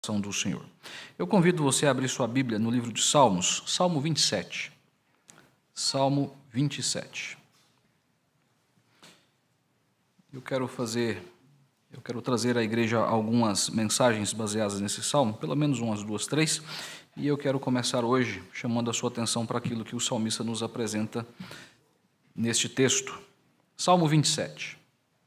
Do Senhor. Eu convido você a abrir sua Bíblia no livro de Salmos, Salmo 27. Salmo 27. Eu quero trazer à igreja algumas mensagens baseadas nesse salmo, pelo menos umas duas, três, e eu quero começar hoje chamando a sua atenção para aquilo que o salmista nos apresenta neste texto. Salmo 27.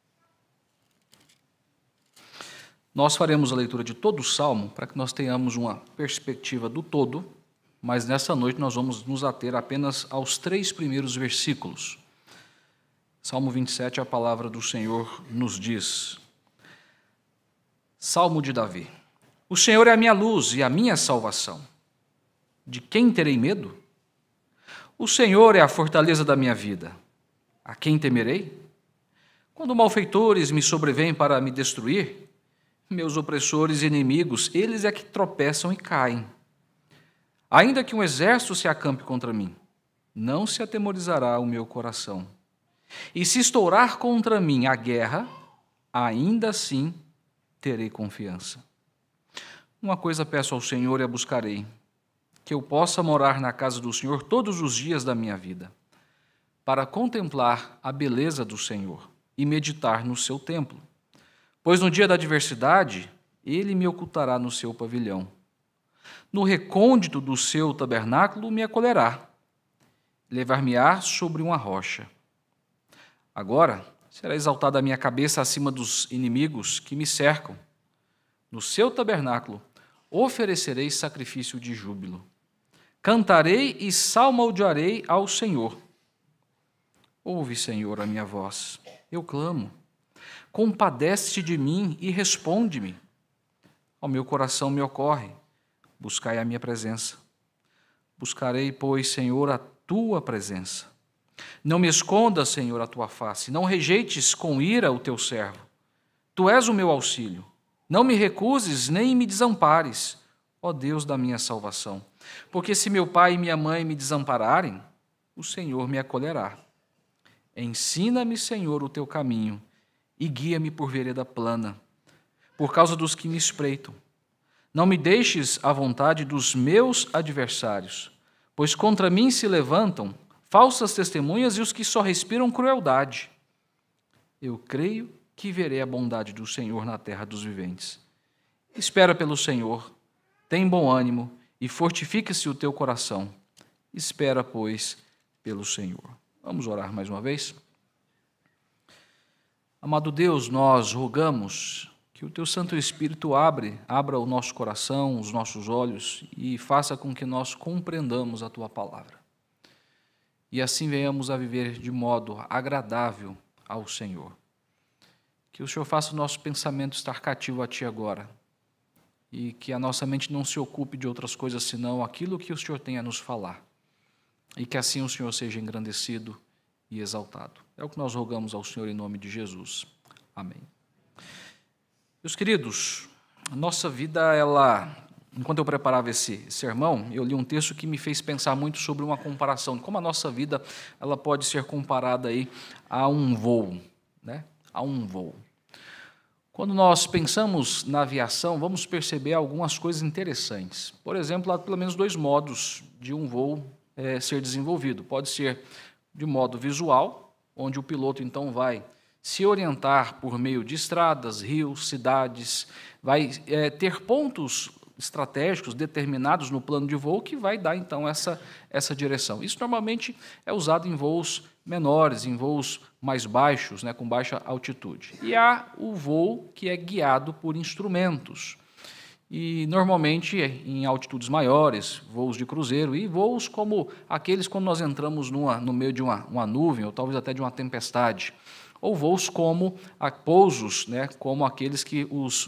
Nós faremos a leitura de todo o Salmo para que nós tenhamos uma perspectiva do todo, mas nessa noite nós vamos nos ater apenas aos 3 primeiros versículos. Salmo 27, a palavra do Senhor nos diz. Salmo de Davi. O Senhor é a minha luz e a minha salvação. De quem terei medo? O Senhor é a fortaleza da minha vida. A quem temerei? Quando malfeitores me sobrevêm para me destruir, meus opressores e inimigos, eles é que tropeçam e caem. Ainda que um exército se acampe contra mim, não se atemorizará o meu coração. E se estourar contra mim a guerra, ainda assim terei confiança. Uma coisa peço ao Senhor e a buscarei, que eu possa morar na casa do Senhor todos os dias da minha vida, para contemplar a beleza do Senhor e meditar no seu templo. Pois no dia da adversidade, ele me ocultará no seu pavilhão. No recôndito do seu tabernáculo me acolherá. Levar-me-á sobre uma rocha. Agora será exaltada a minha cabeça acima dos inimigos que me cercam. No seu tabernáculo oferecerei sacrifício de júbilo. Cantarei e salmodiarei ao Senhor. Ouve, Senhor, a minha voz. Eu clamo. Compadece-te de mim e responde-me. Ao meu coração me ocorre, buscai a minha presença. Buscarei, pois, Senhor, a tua presença. Não me escondas, Senhor, a tua face, não rejeites com ira o teu servo. Tu és o meu auxílio. Não me recuses, nem me desampares, ó Deus da minha salvação. Porque se meu pai e minha mãe me desampararem, o Senhor me acolherá. Ensina-me, Senhor, o teu caminho, e guia-me por vereda plana, por causa dos que me espreitam. Não me deixes à vontade dos meus adversários, pois contra mim se levantam falsas testemunhas e os que só respiram crueldade. Eu creio que verei a bondade do Senhor na terra dos viventes. Espera pelo Senhor, tem bom ânimo e fortifica-se o teu coração. Espera, pois, pelo Senhor. Vamos orar mais uma vez? Amado Deus, nós rogamos que o Teu Santo Espírito abra o nosso coração, os nossos olhos e faça com que nós compreendamos a Tua palavra. E assim venhamos a viver de modo agradável ao Senhor. Que o Senhor faça o nosso pensamento estar cativo a Ti agora e que a nossa mente não se ocupe de outras coisas senão aquilo que o Senhor tem a nos falar. E que assim o Senhor seja engrandecido e exaltado. É o que nós rogamos ao Senhor em nome de Jesus. Amém. Meus queridos, a nossa vida, enquanto eu preparava esse sermão, eu li um texto que me fez pensar muito sobre uma comparação, como a nossa vida ela pode ser comparada aí a um voo, né? A um voo. Quando nós pensamos na aviação, vamos perceber algumas coisas interessantes. Por exemplo, há pelo menos 2 modos de um voo ser desenvolvido. Pode ser de modo visual, onde o piloto então vai se orientar por meio de estradas, rios, cidades, vai ter pontos estratégicos determinados no plano de voo que vai dar então essa direção. Isso normalmente é usado em voos menores, em voos mais baixos, né, com baixa altitude. E há o voo que é guiado por instrumentos. E, normalmente, em altitudes maiores, voos de cruzeiro e voos como aqueles quando nós entramos no meio de uma nuvem, ou talvez até de uma tempestade, ou voos como pousos, né, como aqueles que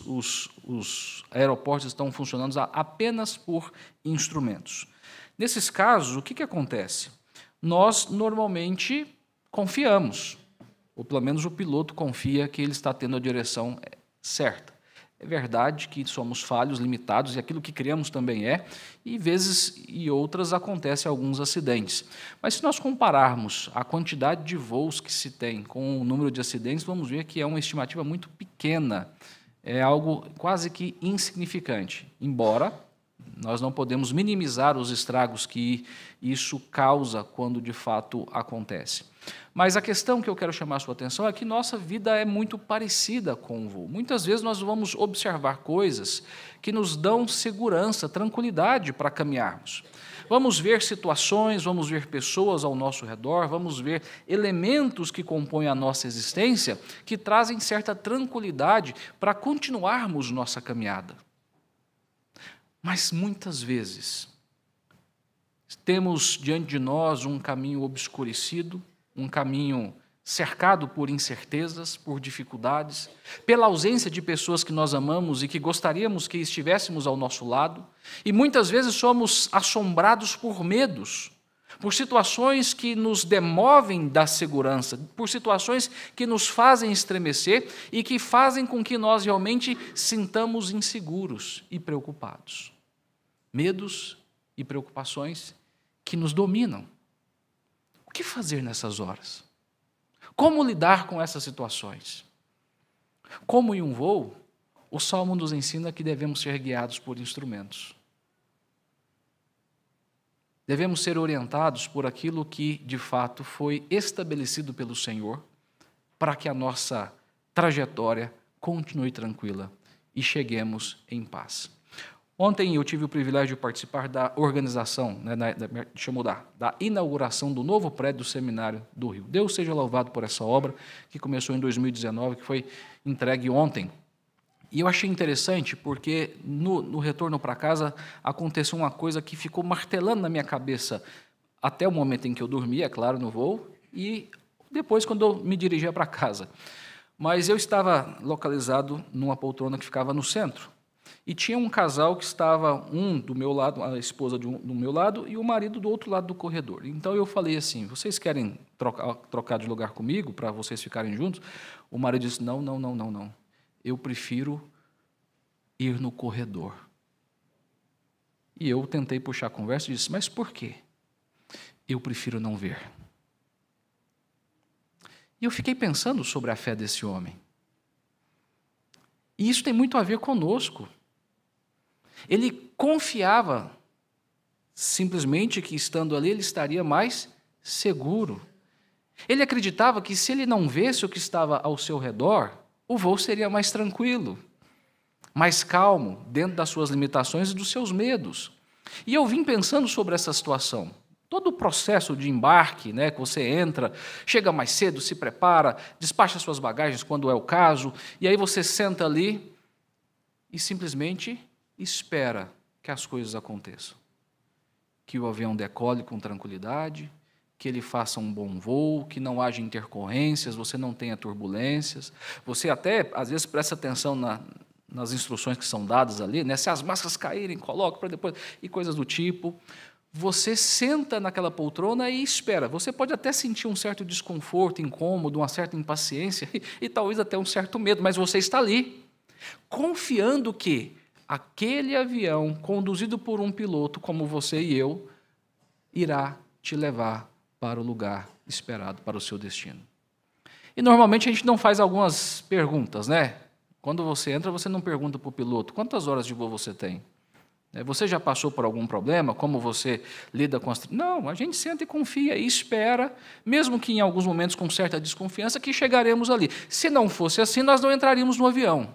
os aeroportos estão funcionando apenas por instrumentos. Nesses casos, o que acontece? Nós, normalmente, confiamos, ou pelo menos o piloto confia que ele está tendo a direção certa. É verdade que somos falhos, limitados, e aquilo que criamos também e vezes e outras acontecem alguns acidentes. Mas se nós compararmos a quantidade de voos que se tem com o número de acidentes, vamos ver que é uma estimativa muito pequena é algo quase que insignificante, embora nós não podemos minimizar os estragos que isso causa quando de fato acontece. Mas a questão que eu quero chamar a sua atenção é que nossa vida é muito parecida com o voo. Muitas vezes nós vamos observar coisas que nos dão segurança, tranquilidade para caminharmos. Vamos ver situações, vamos ver pessoas ao nosso redor, vamos ver elementos que compõem a nossa existência que trazem certa tranquilidade para continuarmos nossa caminhada. Mas muitas vezes temos diante de nós um caminho obscurecido, um caminho cercado por incertezas, por dificuldades, pela ausência de pessoas que nós amamos e que gostaríamos que estivéssemos ao nosso lado, e muitas vezes somos assombrados por medos, por situações que nos demovem da segurança, por situações que nos fazem estremecer e que fazem com que nós realmente sintamos inseguros e preocupados. Medos e preocupações que nos dominam. O que fazer nessas horas? Como lidar com essas situações? Como em um voo, o Salmo nos ensina que devemos ser guiados por instrumentos. Devemos ser orientados por aquilo que, de fato, foi estabelecido pelo Senhor para que a nossa trajetória continue tranquila e cheguemos em paz. Ontem eu tive o privilégio de participar da organização, da inauguração do novo prédio do Seminário do Rio. Deus seja louvado por essa obra que começou em 2019, que foi entregue ontem. E eu achei interessante porque no retorno para casa aconteceu uma coisa que ficou martelando na minha cabeça até o momento em que eu dormi, é claro, no voo, e depois quando eu me dirigia para casa. Mas eu estava localizado numa poltrona que ficava no centro. E tinha um casal que estava, um do meu lado, a esposa do meu lado, e o marido do outro lado do corredor. Então eu falei assim, vocês querem trocar de lugar comigo para vocês ficarem juntos? O marido disse, não. Eu prefiro ir no corredor. E eu tentei puxar a conversa e disse, mas por quê? Eu prefiro não ver. E eu fiquei pensando sobre a fé desse homem. E isso tem muito a ver conosco. Ele confiava simplesmente que, estando ali, ele estaria mais seguro. Ele acreditava que, se ele não visse o que estava ao seu redor, o voo seria mais tranquilo, mais calmo, dentro das suas limitações e dos seus medos. E eu vim pensando sobre essa situação. Todo o processo de embarque, que você entra, chega mais cedo, se prepara, despacha suas bagagens quando é o caso, e aí você senta ali e simplesmente espera que as coisas aconteçam. Que o avião decole com tranquilidade, que ele faça um bom voo, que não haja intercorrências, você não tenha turbulências. Você até, às vezes, presta atenção nas instruções que são dadas ali, se as máscaras caírem, coloque para depois, e coisas do tipo. Você senta naquela poltrona e espera. Você pode até sentir um certo desconforto, incômodo, uma certa impaciência e talvez até um certo medo, mas você está ali, confiando que aquele avião, conduzido por um piloto como você e eu, irá te levar para o lugar esperado, para o seu destino. E normalmente a gente não faz algumas perguntas, Quando você entra, você não pergunta para o piloto, quantas horas de voo você tem? Você já passou por algum problema? Como você lida com as... Não, a gente senta e confia e espera, mesmo que em alguns momentos com certa desconfiança, que chegaremos ali. Se não fosse assim, nós não entraríamos no avião.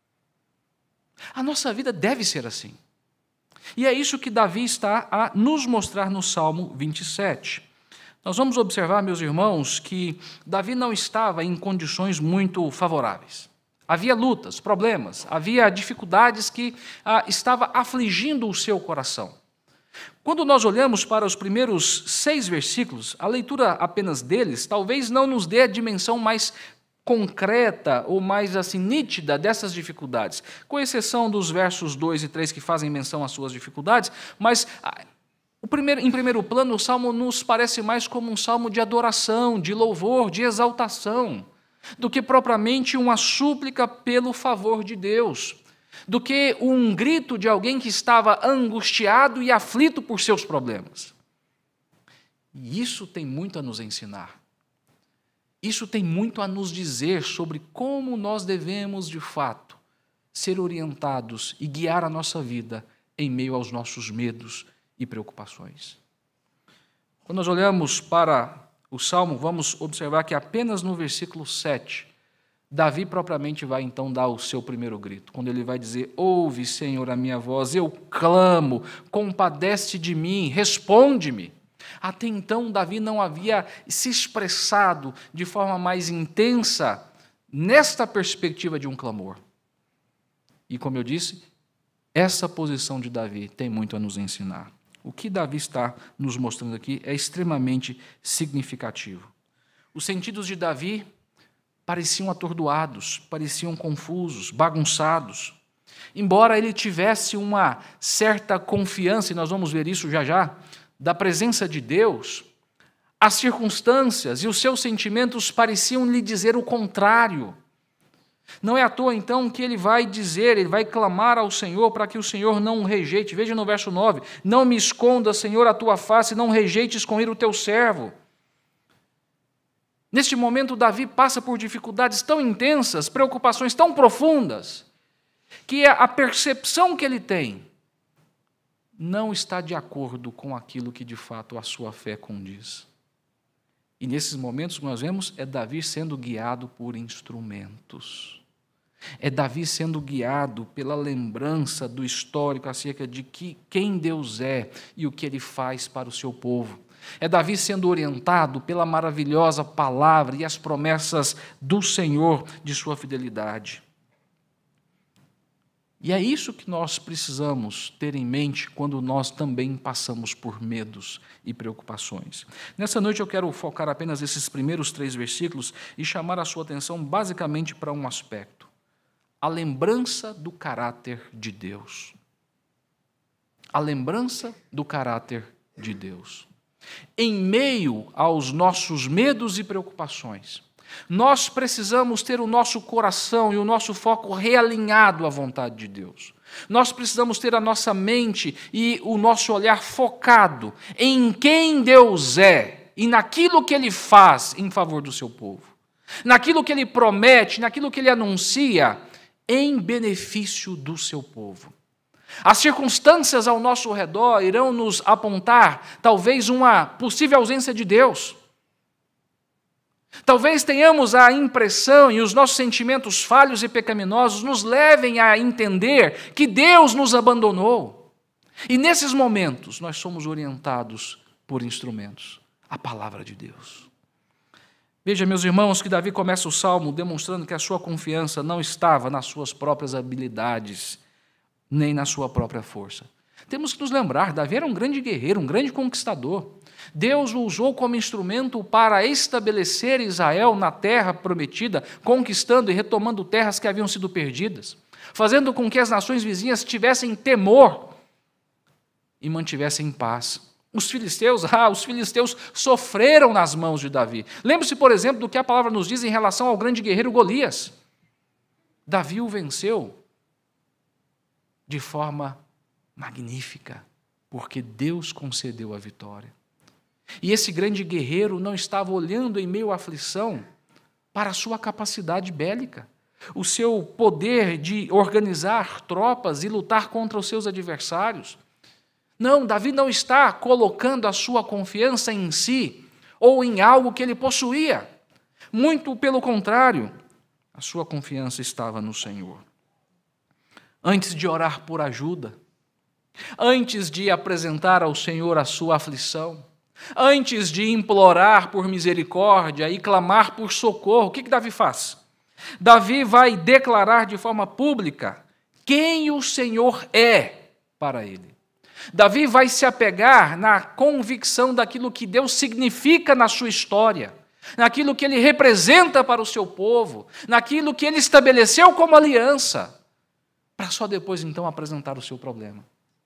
A nossa vida deve ser assim. E é isso que Davi está a nos mostrar no Salmo 27. Nós vamos observar, meus irmãos, que Davi não estava em condições muito favoráveis. Havia lutas, problemas, havia dificuldades que estava afligindo o seu coração. Quando nós olhamos para os primeiros 6 versículos, a leitura apenas deles talvez não nos dê a dimensão mais concreta ou mais nítida dessas dificuldades, com exceção dos versos 2 e 3 que fazem menção às suas dificuldades, mas em primeiro plano o salmo nos parece mais como um salmo de adoração, de louvor, de exaltação, do que propriamente uma súplica pelo favor de Deus, do que um grito de alguém que estava angustiado e aflito por seus problemas. E isso tem muito a nos ensinar. Isso tem muito a nos dizer sobre como nós devemos, de fato, ser orientados e guiar a nossa vida em meio aos nossos medos e preocupações. Quando nós olhamos para o Salmo, vamos observar que apenas no versículo 7, Davi propriamente vai então dar o seu primeiro grito, quando ele vai dizer: ouve, Senhor, a minha voz, eu clamo, compadece de mim, responde-me. Até então, Davi não havia se expressado de forma mais intensa nesta perspectiva de um clamor. E como eu disse, essa posição de Davi tem muito a nos ensinar. O que Davi está nos mostrando aqui é extremamente significativo. Os sentidos de Davi pareciam atordoados, pareciam confusos, bagunçados. Embora ele tivesse uma certa confiança, e nós vamos ver isso já já, da presença de Deus, as circunstâncias e os seus sentimentos pareciam lhe dizer o contrário. Não é à toa, então, que ele vai clamar ao Senhor para que o Senhor não o rejeite. Veja no verso 9: não me esconda, Senhor, a tua face, não rejeites com ira o teu servo. Neste momento, Davi passa por dificuldades tão intensas, preocupações tão profundas, que a percepção que ele tem não está de acordo com aquilo que de fato a sua fé condiz. E nesses momentos que nós vemos, é Davi sendo guiado por instrumentos. É Davi sendo guiado pela lembrança do histórico acerca de quem Deus é e o que ele faz para o seu povo. É Davi sendo orientado pela maravilhosa palavra e as promessas do Senhor de sua fidelidade. E é isso que nós precisamos ter em mente quando nós também passamos por medos e preocupações. Nessa noite eu quero focar apenas esses primeiros 3 versículos e chamar a sua atenção basicamente para um aspecto: a lembrança do caráter de Deus. A lembrança do caráter de Deus. Em meio aos nossos medos e preocupações, nós precisamos ter o nosso coração e o nosso foco realinhado à vontade de Deus. Nós precisamos ter a nossa mente e o nosso olhar focado em quem Deus é e naquilo que Ele faz em favor do seu povo, naquilo que Ele promete, naquilo que Ele anuncia em benefício do seu povo. As circunstâncias ao nosso redor irão nos apontar talvez uma possível ausência de Deus. Talvez tenhamos a impressão e os nossos sentimentos falhos e pecaminosos nos levem a entender que Deus nos abandonou. E nesses momentos nós somos orientados por instrumentos, a palavra de Deus. Veja, meus irmãos, que Davi começa o Salmo demonstrando que a sua confiança não estava nas suas próprias habilidades, nem na sua própria força. Temos que nos lembrar, Davi era um grande guerreiro, um grande conquistador. Deus o usou como instrumento para estabelecer Israel na terra prometida, conquistando e retomando terras que haviam sido perdidas, fazendo com que as nações vizinhas tivessem temor e mantivessem paz. Os filisteus sofreram nas mãos de Davi. Lembre-se, por exemplo, do que a palavra nos diz em relação ao grande guerreiro Golias. Davi o venceu de forma magnífica, porque Deus concedeu a vitória. E esse grande guerreiro não estava olhando em meio à aflição para a sua capacidade bélica, o seu poder de organizar tropas e lutar contra os seus adversários. Não, Davi não está colocando a sua confiança em si ou em algo que ele possuía. Muito pelo contrário, a sua confiança estava no Senhor. Antes de orar por ajuda, antes de apresentar ao Senhor a sua aflição, antes de implorar por misericórdia e clamar por socorro, o que Davi faz? Davi vai declarar de forma pública quem o Senhor é para ele. Davi vai se apegar na convicção daquilo que Deus significa na sua história, naquilo que Ele representa para o seu povo, naquilo que Ele estabeleceu como aliança, para só depois então apresentar o seu problema.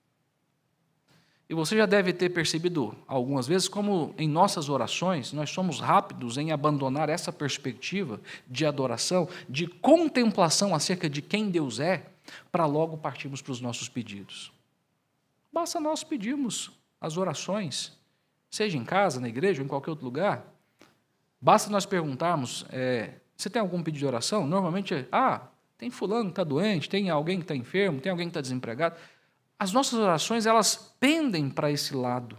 E você já deve ter percebido algumas vezes como em nossas orações nós somos rápidos em abandonar essa perspectiva de adoração, de contemplação acerca de quem Deus é, para logo partirmos para os nossos pedidos. Basta nós pedirmos as orações, seja em casa, na igreja ou em qualquer outro lugar. Basta nós perguntarmos, você tem algum pedido de oração? Normalmente Tem fulano que está doente, tem alguém que está enfermo, tem alguém que está desempregado. As nossas orações, elas pendem para esse lado.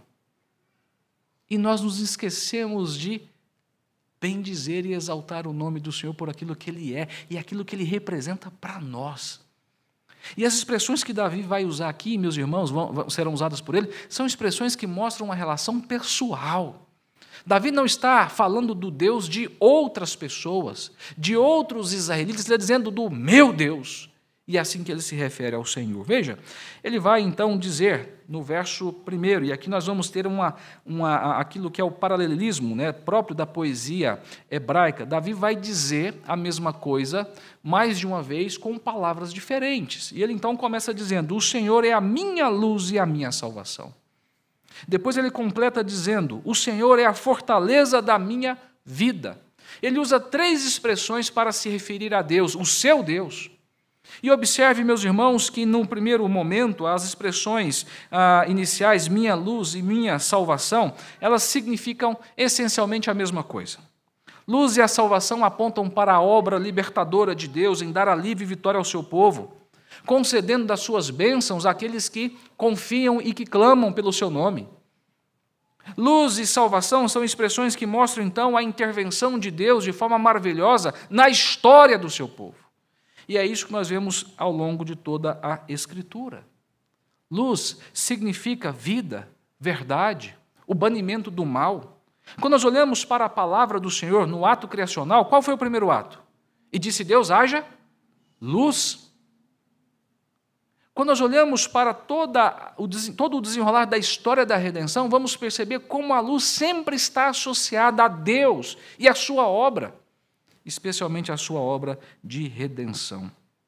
E nós nos esquecemos de bendizer e exaltar o nome do Senhor por aquilo que Ele é e aquilo que Ele representa para nós. E as expressões que Davi vai usar aqui, meus irmãos, serão usadas por ele, são expressões que mostram uma relação pessoal. Davi não está falando do Deus de outras pessoas, de outros israelitas, ele está dizendo do meu Deus. E é assim que ele se refere ao Senhor. Veja, ele vai então dizer no verso 1, e aqui nós vamos ter aquilo que é o paralelismo, né, próprio da poesia hebraica. Davi vai dizer a mesma coisa mais de uma vez com palavras diferentes. E ele então começa dizendo: o Senhor é a minha luz e a minha salvação. Depois ele completa dizendo: o Senhor é a fortaleza da minha vida. Ele usa 3 expressões para se referir a Deus, o seu Deus. E observe, meus irmãos, que no primeiro momento as expressões iniciais, minha luz e minha salvação, elas significam essencialmente a mesma coisa. Luz e a salvação apontam para a obra libertadora de Deus em dar alívio e vitória ao seu povo, concedendo das suas bênçãos àqueles que confiam e que clamam pelo seu nome. Luz e salvação são expressões que mostram, então, a intervenção de Deus de forma maravilhosa na história do seu povo. E é isso que nós vemos ao longo de toda a Escritura. Luz significa vida, verdade, o banimento do mal. Quando nós olhamos para a palavra do Senhor no ato criacional, qual foi o primeiro ato? E disse Deus: haja luz. Quando nós olhamos para todo o desenrolar da história da redenção, vamos perceber como a luz sempre está associada a Deus e à sua obra, especialmente a sua obra de redenção.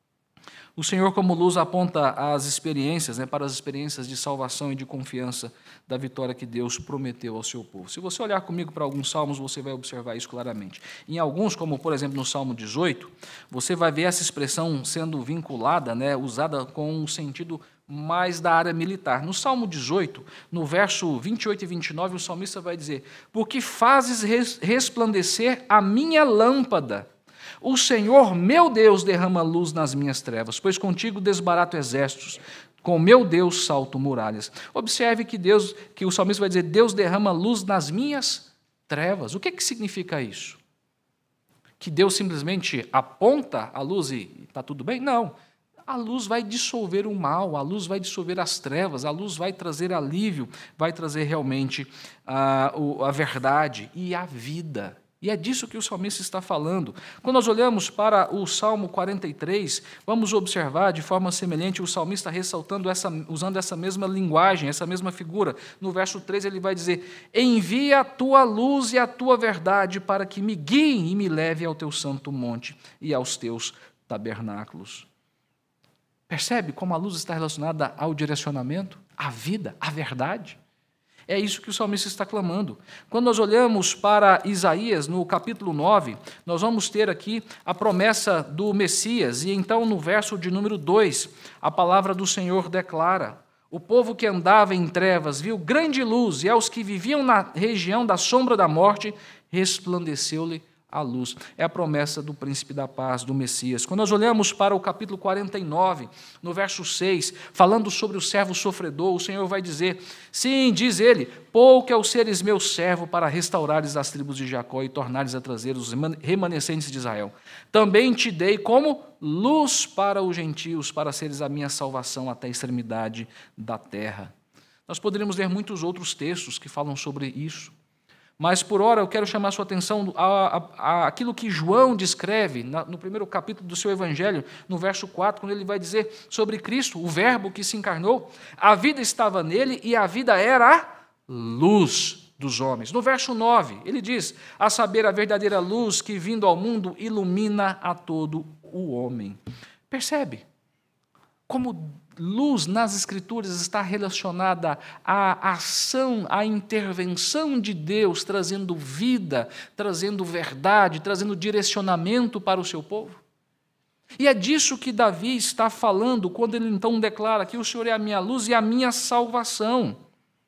O Senhor, como luz, aponta as experiências, para as experiências de salvação e de confiança da vitória que Deus prometeu ao seu povo. Se você olhar comigo para alguns salmos, você vai observar isso claramente. Em alguns, como por exemplo no Salmo 18, você vai ver essa expressão sendo vinculada, usada com um sentido mais da área militar. No Salmo 18, no verso 28 e 29, o salmista vai dizer: porque fazes resplandecer a minha lâmpada, o Senhor meu Deus derrama luz nas minhas trevas, pois contigo desbarato exércitos, com meu Deus salto muralhas. Observe que o salmista vai dizer: Deus derrama luz nas minhas trevas. O que significa isso? Que Deus simplesmente aponta a luz e está tudo bem? Não. A luz vai dissolver o mal, a luz vai dissolver as trevas, a luz vai trazer alívio, vai trazer realmente a verdade e a vida. E é disso que o salmista está falando. Quando nós olhamos para o Salmo 43, vamos observar de forma semelhante o salmista ressaltando usando essa mesma linguagem, essa mesma figura. No verso 3 ele vai dizer: envia a tua luz e a tua verdade para que me guiem e me leve ao teu santo monte e aos teus tabernáculos. Percebe como a luz está relacionada ao direcionamento, à vida, à verdade? É isso que o salmista está clamando. Quando nós olhamos para Isaías, no capítulo 9, nós vamos ter aqui a promessa do Messias, e então no verso de número 2, a palavra do Senhor declara: o povo que andava em trevas viu grande luz, e aos que viviam na região da sombra da morte, resplandeceu-lhe a luz. É a promessa do príncipe da paz, do Messias. Quando nós olhamos para o capítulo 49, no verso 6, falando sobre o servo sofredor, o Senhor vai dizer: sim, diz ele, pouco é o seres meu servo para restaurares as tribos de Jacó e tornares a trazer os remanescentes de Israel. Também te dei como luz para os gentios, para seres a minha salvação até a extremidade da terra. Nós poderíamos ler muitos outros textos que falam sobre isso. Mas, por ora, eu quero chamar a sua atenção àquilo que João descreve no primeiro capítulo do seu Evangelho, no verso 4, quando ele vai dizer sobre Cristo, o Verbo que se encarnou. A vida estava nele e a vida era a luz dos homens. No verso 9, ele diz: a saber, a verdadeira luz que, vindo ao mundo, ilumina a todo o homem. Percebe como luz nas Escrituras está relacionada à ação, à intervenção de Deus, trazendo vida, trazendo verdade, trazendo direcionamento para o seu povo? E é disso que Davi está falando quando ele então declara que o Senhor é a minha luz e a minha salvação.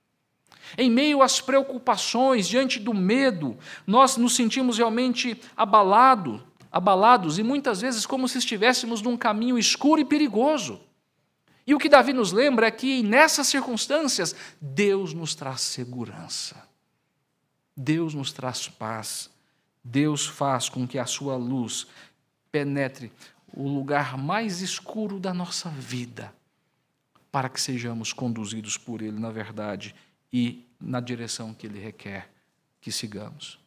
Em meio às preocupações, diante do medo, nós nos sentimos realmente abalados, abalados e muitas vezes como se estivéssemos num caminho escuro e perigoso. E o que Davi nos lembra é que nessas circunstâncias, Deus nos traz segurança. Deus nos traz paz. Deus faz com que a sua luz penetre o lugar mais escuro da nossa vida, para que sejamos conduzidos por Ele na verdade e na direção que Ele requer que sigamos.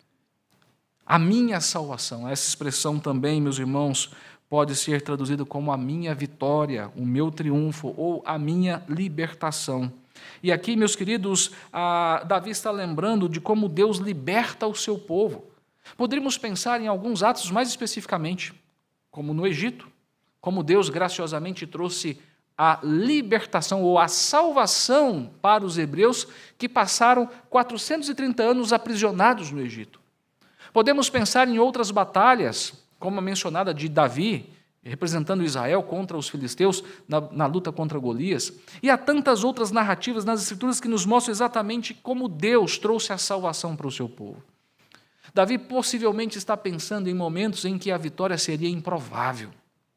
A minha salvação, essa expressão também, meus irmãos, pode ser traduzida como a minha vitória, o meu triunfo ou a minha libertação. E aqui, meus queridos, Davi está lembrando de como Deus liberta o seu povo. Poderíamos pensar em alguns atos mais especificamente, como no Egito, como Deus graciosamente trouxe a libertação ou a salvação para os hebreus que passaram 430 anos aprisionados no Egito. Podemos pensar em outras batalhas, como a mencionada de Davi, representando Israel contra os filisteus na luta contra Golias, e há tantas outras narrativas nas Escrituras que nos mostram exatamente como Deus trouxe a salvação para o seu povo. Davi possivelmente está pensando em momentos em que a vitória seria improvável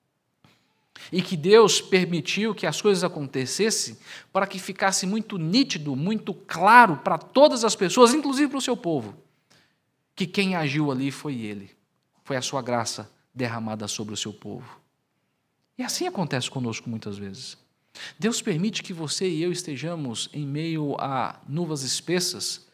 e que Deus permitiu que as coisas acontecessem para que ficasse muito nítido, muito claro para todas as pessoas, inclusive para o seu povo, que quem agiu ali foi Ele, foi a sua graça derramada sobre o seu povo. E assim acontece conosco muitas vezes. Deus permite que você e eu estejamos em meio a nuvens espessas,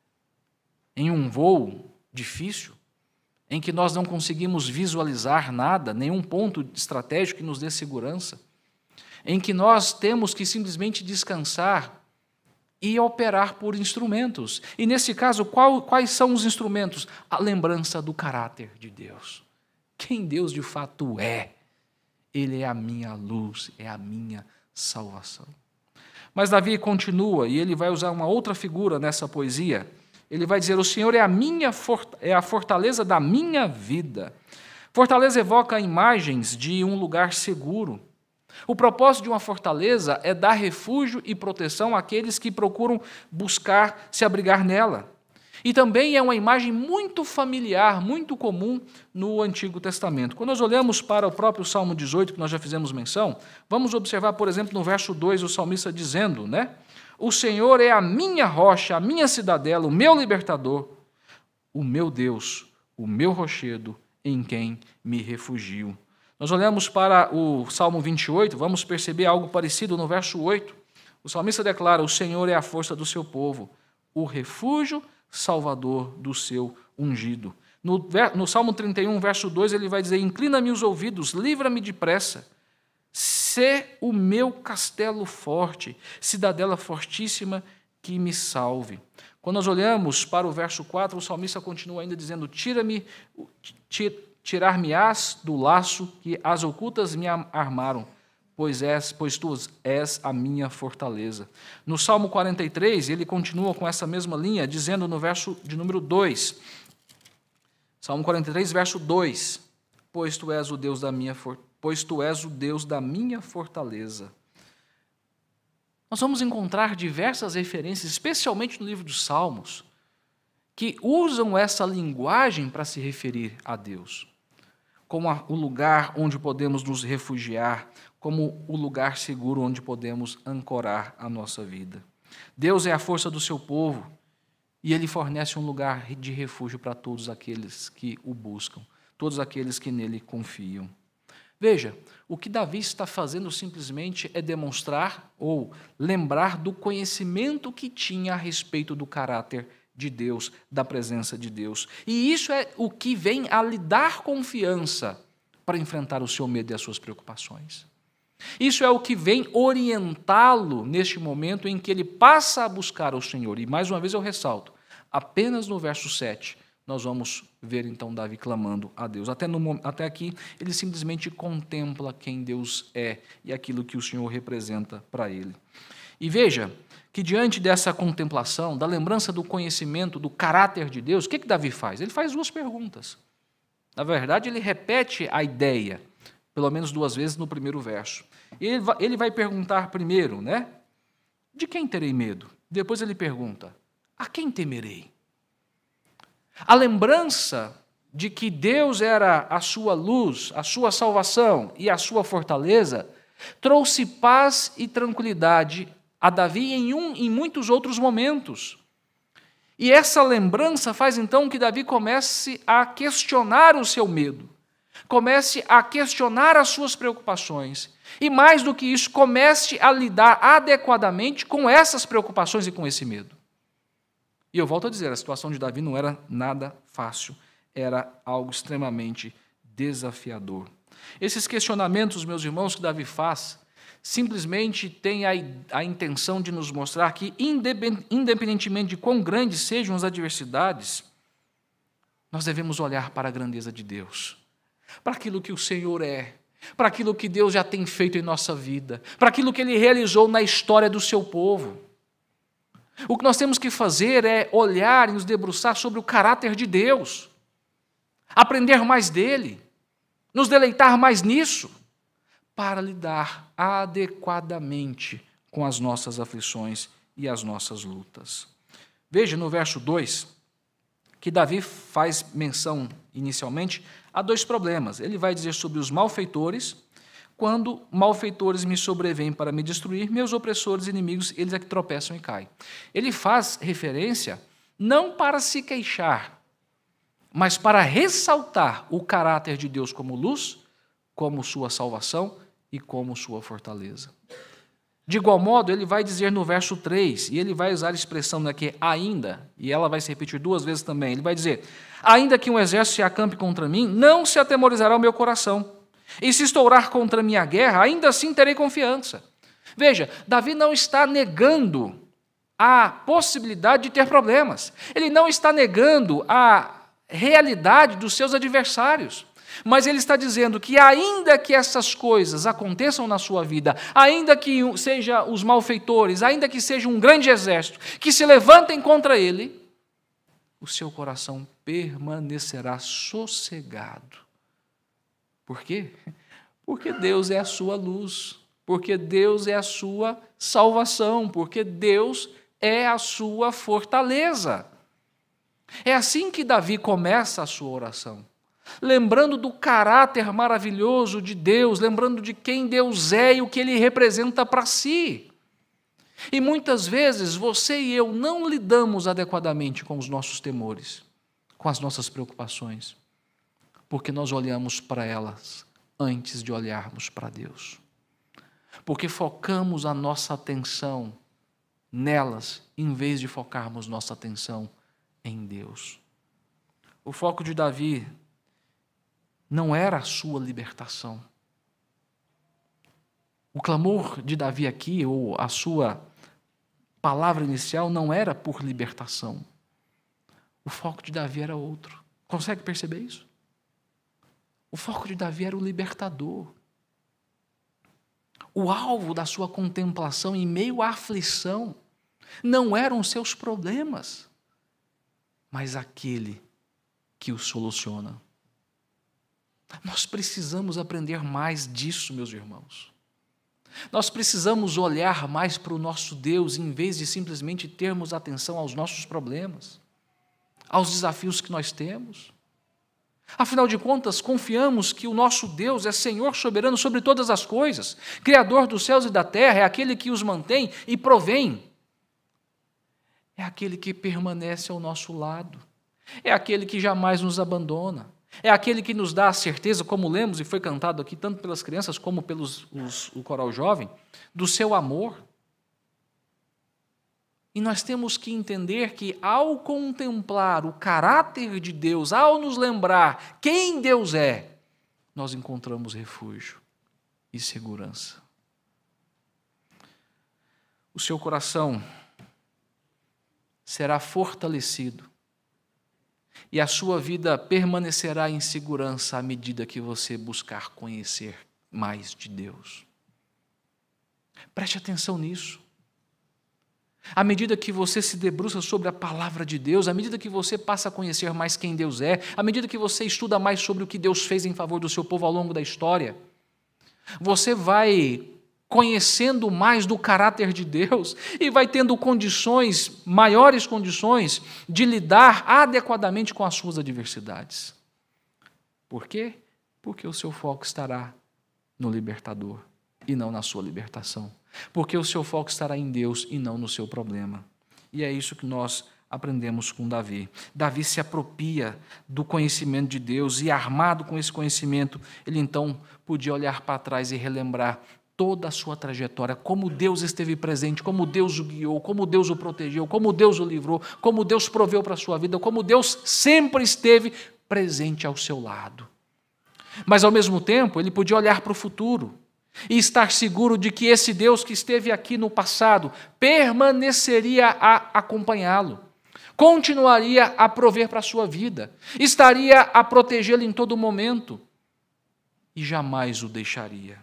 em um voo difícil, em que nós não conseguimos visualizar nada, nenhum ponto estratégico que nos dê segurança, em que nós temos que simplesmente descansar e operar por instrumentos. E, nesse caso, quais são os instrumentos? A lembrança do caráter de Deus. Quem Deus de fato é. Ele é a minha luz, é a minha salvação. Mas Davi continua, e ele vai usar uma outra figura nessa poesia. Ele vai dizer, o Senhor é a fortaleza da minha vida. Fortaleza evoca imagens de um lugar seguro. O propósito de uma fortaleza é dar refúgio e proteção àqueles que procuram buscar se abrigar nela. E também é uma imagem muito familiar, muito comum no Antigo Testamento. Quando nós olhamos para o próprio Salmo 18, que nós já fizemos menção, vamos observar, por exemplo, no verso 2, o salmista dizendo, o Senhor é a minha rocha, a minha cidadela, o meu libertador, o meu Deus, o meu rochedo, em quem me refugio. Nós olhamos para o Salmo 28, vamos perceber algo parecido no verso 8. O salmista declara, o Senhor é a força do seu povo, o refúgio salvador do seu ungido. No Salmo 31, verso 2, ele vai dizer, inclina-me os ouvidos, livra-me depressa, sê o meu castelo forte, cidadela fortíssima que me salve. Quando nós olhamos para o verso 4, o salmista continua ainda dizendo, tirar-me-ás do laço que as ocultas me armaram, pois tu és a minha fortaleza. No Salmo 43, ele continua com essa mesma linha, dizendo no verso de número 2, Salmo 43, verso 2, pois tu és o Deus da minha fortaleza. Nós vamos encontrar diversas referências, especialmente no livro dos Salmos, que usam essa linguagem para se referir a Deus, como o lugar onde podemos nos refugiar, como o lugar seguro onde podemos ancorar a nossa vida. Deus é a força do seu povo e Ele fornece um lugar de refúgio para todos aqueles que o buscam, todos aqueles que nele confiam. Veja, o que Davi está fazendo simplesmente é demonstrar ou lembrar do conhecimento que tinha a respeito do caráter de Deus, da presença de Deus. E isso é o que vem a lhe dar confiança para enfrentar o seu medo e as suas preocupações. Isso é o que vem orientá-lo neste momento em que ele passa a buscar o Senhor. E mais uma vez eu ressalto, apenas no verso 7, nós vamos ver então Davi clamando a Deus. Até aqui, ele simplesmente contempla quem Deus é e aquilo que o Senhor representa para ele. E veja que diante dessa contemplação, da lembrança do conhecimento, do caráter de Deus, o que Davi faz? Ele faz duas perguntas. Na verdade, ele repete a ideia, pelo menos duas vezes no primeiro verso. Ele vai perguntar primeiro, de quem terei medo? Depois ele pergunta, a quem temerei? A lembrança de que Deus era a sua luz, a sua salvação e a sua fortaleza, trouxe paz e tranquilidade a Davi em muitos outros momentos. E essa lembrança faz então que Davi comece a questionar o seu medo, comece a questionar as suas preocupações, e mais do que isso, comece a lidar adequadamente com essas preocupações e com esse medo. E eu volto a dizer, a situação de Davi não era nada fácil, era algo extremamente desafiador. Esses questionamentos, meus irmãos, que Davi faz, simplesmente têm a intenção de nos mostrar que, independentemente de quão grandes sejam as adversidades, nós devemos olhar para a grandeza de Deus, para aquilo que o Senhor é, para aquilo que Deus já tem feito em nossa vida, para aquilo que Ele realizou na história do seu povo. O que nós temos que fazer é olhar e nos debruçar sobre o caráter de Deus, aprender mais dele, nos deleitar mais nisso, para lidar adequadamente com as nossas aflições e as nossas lutas. Veja no verso 2, que Davi faz menção inicialmente a dois problemas. Ele vai dizer sobre os malfeitores: quando malfeitores me sobrevêm para me destruir, meus opressores inimigos, eles é que tropeçam e caem. Ele faz referência não para se queixar, mas para ressaltar o caráter de Deus como luz, como sua salvação e como sua fortaleza. De igual modo, ele vai dizer no verso 3, e ele vai usar a expressão daqui, ainda, e ela vai se repetir duas vezes também. Ele vai dizer: ainda que um exército se acampe contra mim, não se atemorizará o meu coração. E se estourar contra mim a guerra, ainda assim terei confiança. Veja, Davi não está negando a possibilidade de ter problemas. Ele não está negando a realidade dos seus adversários. Mas ele está dizendo que ainda que essas coisas aconteçam na sua vida, ainda que sejam os malfeitores, ainda que seja um grande exército, que se levantem contra ele, o seu coração permanecerá sossegado. Por quê? Porque Deus é a sua luz, porque Deus é a sua salvação, porque Deus é a sua fortaleza. É assim que Davi começa a sua oração, lembrando do caráter maravilhoso de Deus, lembrando de quem Deus é e o que Ele representa para si. E muitas vezes você e eu não lidamos adequadamente com os nossos temores, com as nossas preocupações, porque nós olhamos para elas antes de olharmos para Deus. Porque focamos a nossa atenção nelas, em vez de focarmos nossa atenção em Deus. O foco de Davi não era a sua libertação. O clamor de Davi aqui, ou a sua palavra inicial, não era por libertação. O foco de Davi era outro. Consegue perceber isso? O foco de Davi era o libertador. O alvo da sua contemplação em meio à aflição não eram os seus problemas, mas aquele que os soluciona. Nós precisamos aprender mais disso, meus irmãos. Nós precisamos olhar mais para o nosso Deus, em vez de simplesmente termos atenção aos nossos problemas, aos desafios que nós temos. Afinal de contas, confiamos que o nosso Deus é Senhor soberano sobre todas as coisas, Criador dos céus e da terra, é aquele que os mantém e provém. É aquele que permanece ao nosso lado, é aquele que jamais nos abandona, é aquele que nos dá a certeza, como lemos e foi cantado aqui, tanto pelas crianças como pelos o coral jovem, do seu amor. E nós temos que entender que, ao contemplar o caráter de Deus, ao nos lembrar quem Deus é, nós encontramos refúgio e segurança. O seu coração será fortalecido e a sua vida permanecerá em segurança à medida que você buscar conhecer mais de Deus. Preste atenção nisso. À medida que você se debruça sobre a palavra de Deus, à medida que você passa a conhecer mais quem Deus é, à medida que você estuda mais sobre o que Deus fez em favor do seu povo ao longo da história, você vai conhecendo mais do caráter de Deus e vai tendo maiores condições de lidar adequadamente com as suas adversidades. Por quê? Porque o seu foco estará no libertador e não na sua libertação. Porque o seu foco estará em Deus e não no seu problema. E é isso que nós aprendemos com Davi. Davi se apropria do conhecimento de Deus e, armado com esse conhecimento, ele então podia olhar para trás e relembrar toda a sua trajetória, como Deus esteve presente, como Deus o guiou, como Deus o protegeu, como Deus o livrou, como Deus proveu para a sua vida, como Deus sempre esteve presente ao seu lado. Mas, ao mesmo tempo, ele podia olhar para o futuro e estar seguro de que esse Deus que esteve aqui no passado permaneceria a acompanhá-lo, continuaria a prover para a sua vida, estaria a protegê-lo em todo momento e jamais o deixaria.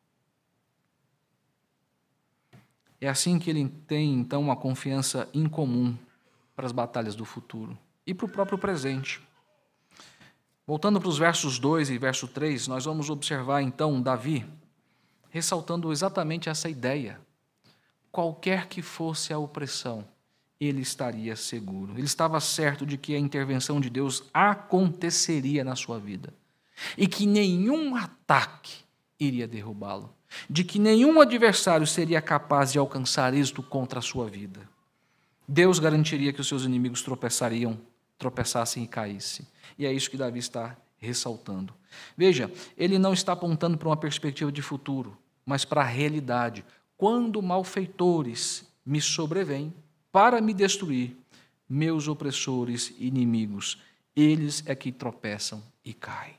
É assim que ele tem, então, uma confiança incomum para as batalhas do futuro e para o próprio presente. Voltando para os versos 2 e verso 3, nós vamos observar, então, Davi ressaltando exatamente essa ideia. Qualquer que fosse a opressão, ele estaria seguro. Ele estava certo de que a intervenção de Deus aconteceria na sua vida e que nenhum ataque iria derrubá-lo, de que nenhum adversário seria capaz de alcançar êxito contra a sua vida. Deus garantiria que os seus inimigos tropeçassem e caíssem. E é isso que Davi está ressaltando. Veja, ele não está apontando para uma perspectiva de futuro, mas para a realidade. Quando malfeitores me sobrevêm para me destruir, meus opressores e inimigos, eles é que tropeçam e caem.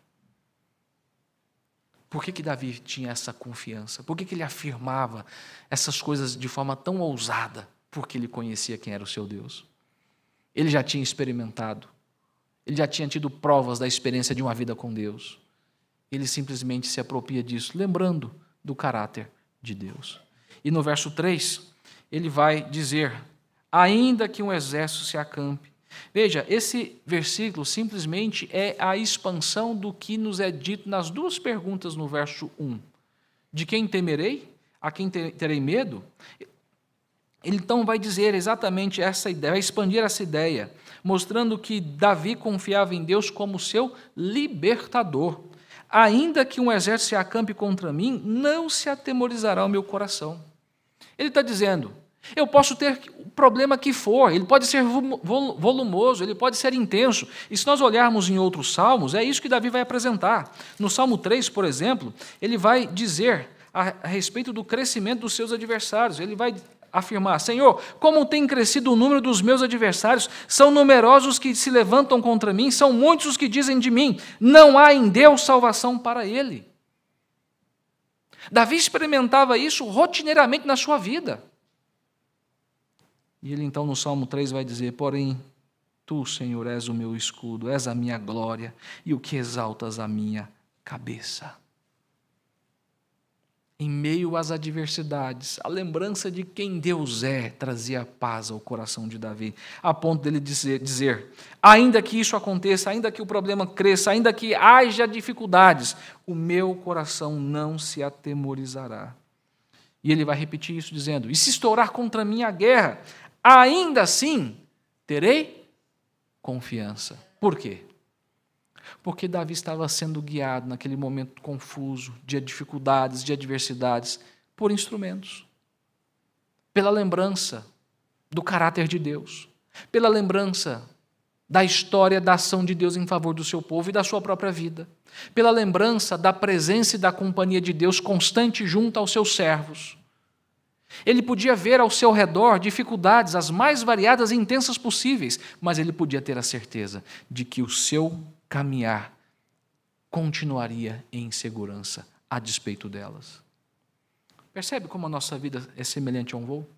Por que Davi tinha essa confiança? Por que ele afirmava essas coisas de forma tão ousada? Porque ele conhecia quem era o seu Deus. Ele já tinha experimentado. Ele já tinha tido provas da experiência de uma vida com Deus. Ele simplesmente se apropria disso, lembrando do caráter de Deus. E no verso 3, ele vai dizer, ainda que um exército se acampe. Veja, esse versículo simplesmente é a expansão do que nos é dito nas duas perguntas no verso 1. De quem temerei? A quem terei medo? Ele então vai dizer exatamente essa ideia, vai expandir essa ideia, mostrando que Davi confiava em Deus como seu libertador. Ainda que um exército se acampe contra mim, não se atemorizará o meu coração. Ele está dizendo, eu posso ter o problema que for, ele pode ser volumoso, ele pode ser intenso. E se nós olharmos em outros salmos, é isso que Davi vai apresentar. No Salmo 3, por exemplo, ele vai dizer a respeito do crescimento dos seus adversários. Ele vai afirmar, Senhor, como tem crescido o número dos meus adversários, são numerosos os que se levantam contra mim, são muitos os que dizem de mim, não há em Deus salvação para ele. Davi experimentava isso rotineiramente na sua vida. E ele então no Salmo 3 vai dizer, porém, tu, Senhor, és o meu escudo, és a minha glória e o que exaltas a minha cabeça. Em meio às adversidades, a lembrança de quem Deus é trazia paz ao coração de Davi, a ponto dele dizer, ainda que isso aconteça, ainda que o problema cresça, ainda que haja dificuldades, o meu coração não se atemorizará. E ele vai repetir isso dizendo, e se estourar contra mim a guerra, ainda assim terei confiança. Por quê? Porque Davi estava sendo guiado naquele momento confuso, de dificuldades, de adversidades, por instrumentos. Pela lembrança do caráter de Deus, pela lembrança da história da ação de Deus em favor do seu povo e da sua própria vida, pela lembrança da presença e da companhia de Deus constante junto aos seus servos. Ele podia ver ao seu redor dificuldades as mais variadas e intensas possíveis, mas ele podia ter a certeza de que o seu caminhar continuaria em segurança a despeito delas. Percebe como a nossa vida é semelhante a um voo?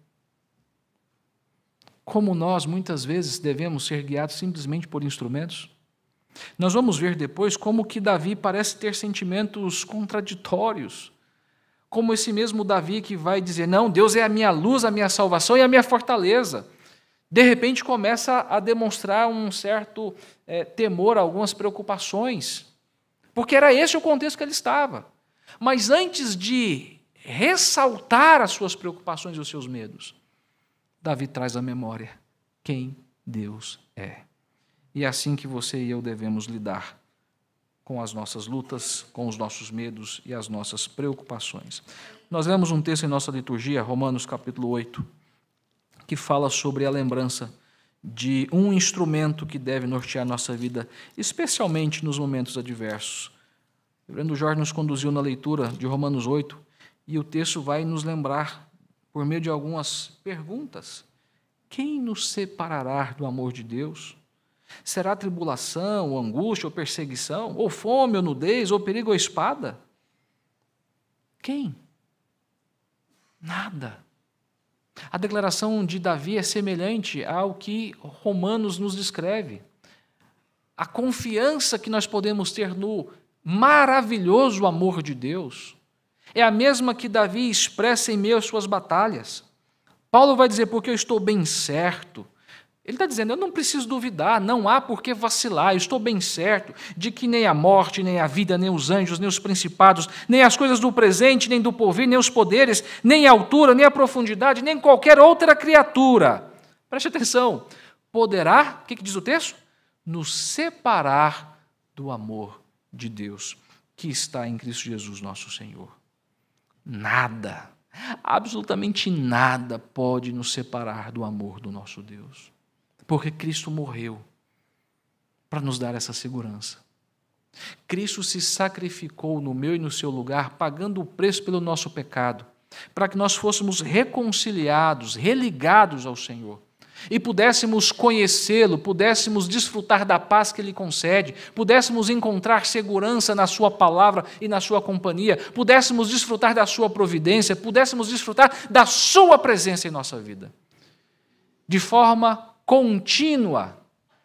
Como nós, muitas vezes, devemos ser guiados simplesmente por instrumentos? Nós vamos ver depois como que Davi parece ter sentimentos contraditórios. Como esse mesmo Davi que vai dizer, não, Deus é a minha luz, a minha salvação e a minha fortaleza. De repente começa a demonstrar um certo temor, algumas preocupações, porque era esse o contexto que ele estava. Mas antes de ressaltar as suas preocupações e os seus medos, Davi traz à memória quem Deus é. E é assim que você e eu devemos lidar com as nossas lutas, com os nossos medos e as nossas preocupações. Nós lemos um texto em nossa liturgia, Romanos capítulo 8, que fala sobre a lembrança de um instrumento que deve nortear nossa vida, especialmente nos momentos adversos. O reverendo Jorge nos conduziu na leitura de Romanos 8, e o texto vai nos lembrar, por meio de algumas perguntas, quem nos separará do amor de Deus? Será tribulação, ou angústia, ou perseguição, ou fome, ou nudez, ou perigo, ou espada? Quem? Nada. A declaração de Davi é semelhante ao que Romanos nos descreve. A confiança que nós podemos ter no maravilhoso amor de Deus é a mesma que Davi expressa em meio às suas batalhas. Paulo vai dizer, porque eu estou bem certo. Ele está dizendo, eu não preciso duvidar, não há por que vacilar, eu estou bem certo de que nem a morte, nem a vida, nem os anjos, nem os principados, nem as coisas do presente, nem do porvir, nem os poderes, nem a altura, nem a profundidade, nem qualquer outra criatura, preste atenção, poderá, o que diz o texto? Nos separar do amor de Deus que está em Cristo Jesus, nosso Senhor. Nada, absolutamente nada pode nos separar do amor do nosso Deus. Porque Cristo morreu para nos dar essa segurança. Cristo se sacrificou no meu e no seu lugar, pagando o preço pelo nosso pecado, para que nós fôssemos reconciliados, religados ao Senhor, e pudéssemos conhecê-lo, pudéssemos desfrutar da paz que Ele concede, pudéssemos encontrar segurança na Sua palavra e na Sua companhia, pudéssemos desfrutar da Sua providência, pudéssemos desfrutar da Sua presença em nossa vida, de forma contínua,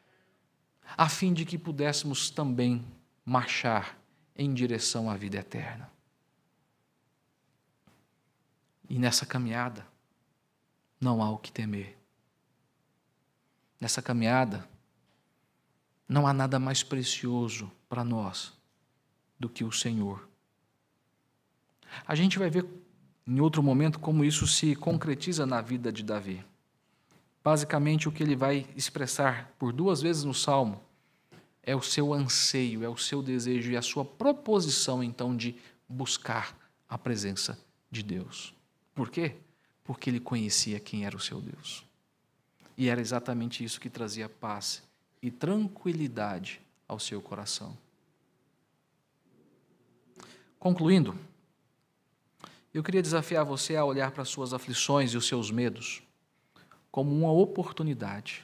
a fim de que pudéssemos também marchar em direção à vida eterna. E nessa caminhada, não há o que temer. Nessa caminhada, não há nada mais precioso para nós do que o Senhor. A gente vai ver em outro momento como isso se concretiza na vida de Davi. Basicamente, o que ele vai expressar por 2 vezes no Salmo é o seu anseio, é o seu desejo e a sua proposição, então, de buscar a presença de Deus. Por quê? Porque ele conhecia quem era o seu Deus. E era exatamente isso que trazia paz e tranquilidade ao seu coração. Concluindo, eu queria desafiar você a olhar para as suas aflições e os seus medos como uma oportunidade.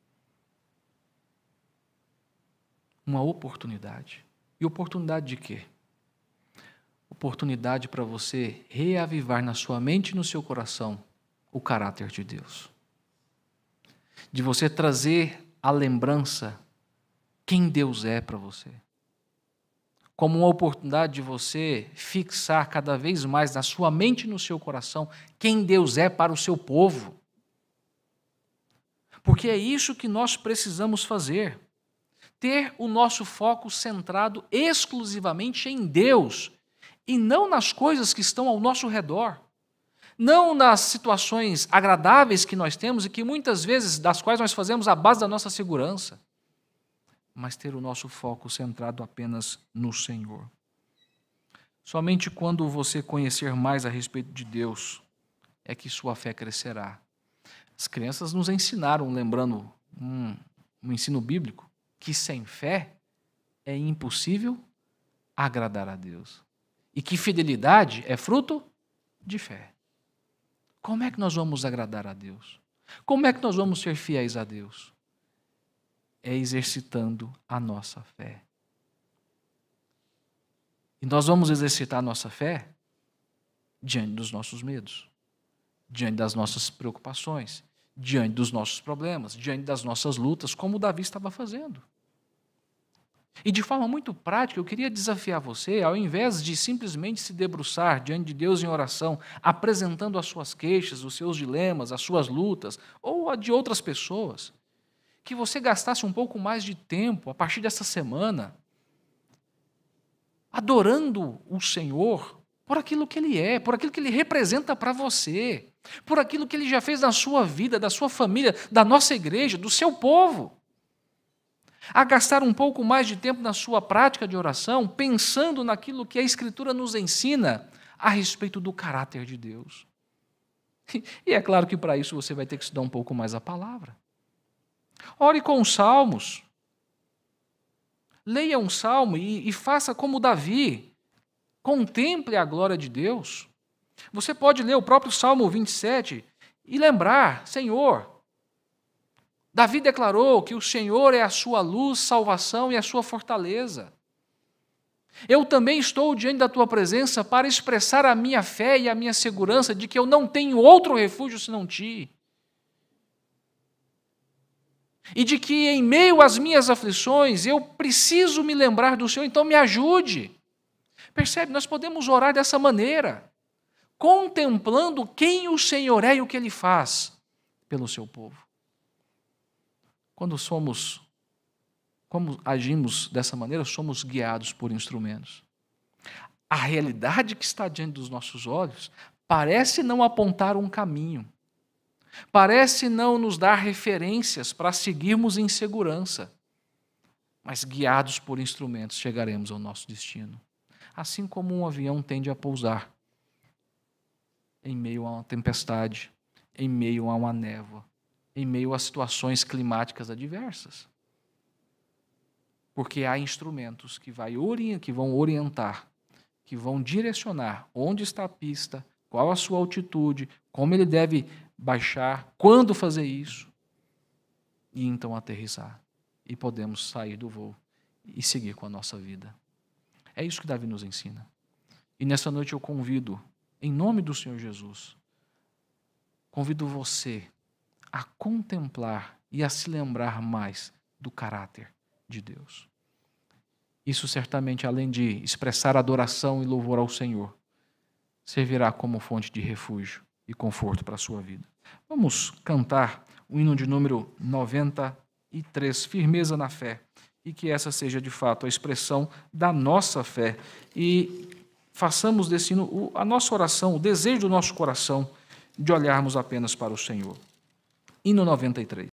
Uma oportunidade. E oportunidade de quê? Oportunidade para você reavivar na sua mente e no seu coração o caráter de Deus. De você trazer à lembrança quem Deus é para você. Como uma oportunidade de você fixar cada vez mais na sua mente e no seu coração quem Deus é para o seu povo. Porque é isso que nós precisamos fazer. Ter o nosso foco centrado exclusivamente em Deus e não nas coisas que estão ao nosso redor. Não nas situações agradáveis que nós temos e que muitas vezes das quais nós fazemos a base da nossa segurança. Mas ter o nosso foco centrado apenas no Senhor. Somente quando você conhecer mais a respeito de Deus é que sua fé crescerá. As crianças nos ensinaram, lembrando um ensino bíblico, que sem fé é impossível agradar a Deus. E que fidelidade é fruto de fé. Como é que nós vamos agradar a Deus? Como é que nós vamos ser fiéis a Deus? É exercitando a nossa fé. E nós vamos exercitar a nossa fé diante dos nossos medos, diante das nossas preocupações, diante dos nossos problemas, diante das nossas lutas, como Davi estava fazendo. E de forma muito prática, eu queria desafiar você, ao invés de simplesmente se debruçar diante de Deus em oração, apresentando as suas queixas, os seus dilemas, as suas lutas, ou a de outras pessoas, que você gastasse um pouco mais de tempo, a partir dessa semana, adorando o Senhor por aquilo que Ele é, por aquilo que Ele representa para você, por aquilo que Ele já fez na sua vida, da sua família, da nossa igreja, do seu povo. a gastar um pouco mais de tempo na sua prática de oração, pensando naquilo que a Escritura nos ensina a respeito do caráter de Deus. E é claro que para isso você vai ter que estudar um pouco mais a palavra. Ore com os salmos. Leia um salmo e faça como Davi. Contemple a glória de Deus. Você pode ler o próprio Salmo 27 e lembrar, Senhor, Davi declarou que o Senhor é a sua luz, salvação e a sua fortaleza. Eu também estou diante da tua presença para expressar a minha fé e a minha segurança de que eu não tenho outro refúgio senão ti. E de que em meio às minhas aflições eu preciso me lembrar do Senhor, então me ajude. Percebe? Nós podemos orar dessa maneira, contemplando quem o Senhor é e o que Ele faz pelo seu povo. Quando agimos dessa maneira, somos guiados por instrumentos. A realidade que está diante dos nossos olhos parece não apontar um caminho, parece não nos dar referências para seguirmos em segurança, mas guiados por instrumentos chegaremos ao nosso destino. Assim como um avião tende a pousar em meio a uma tempestade, em meio a uma névoa, em meio a situações climáticas adversas. Porque há instrumentos que vão orientar, que vão direcionar onde está a pista, qual a sua altitude, como ele deve baixar, quando fazer isso, e então aterrissar. E podemos sair do voo e seguir com a nossa vida. É isso que Davi nos ensina. E nessa noite eu convido, em nome do Senhor Jesus, convido você a contemplar e a se lembrar mais do caráter de Deus. Isso certamente, além de expressar adoração e louvor ao Senhor, servirá como fonte de refúgio e conforto para a sua vida. Vamos cantar o hino de número 93, Firmeza na Fé, e que essa seja de fato a expressão da nossa fé. E façamos desse hino a nossa oração, o desejo do nosso coração de olharmos apenas para o Senhor. Hino 93.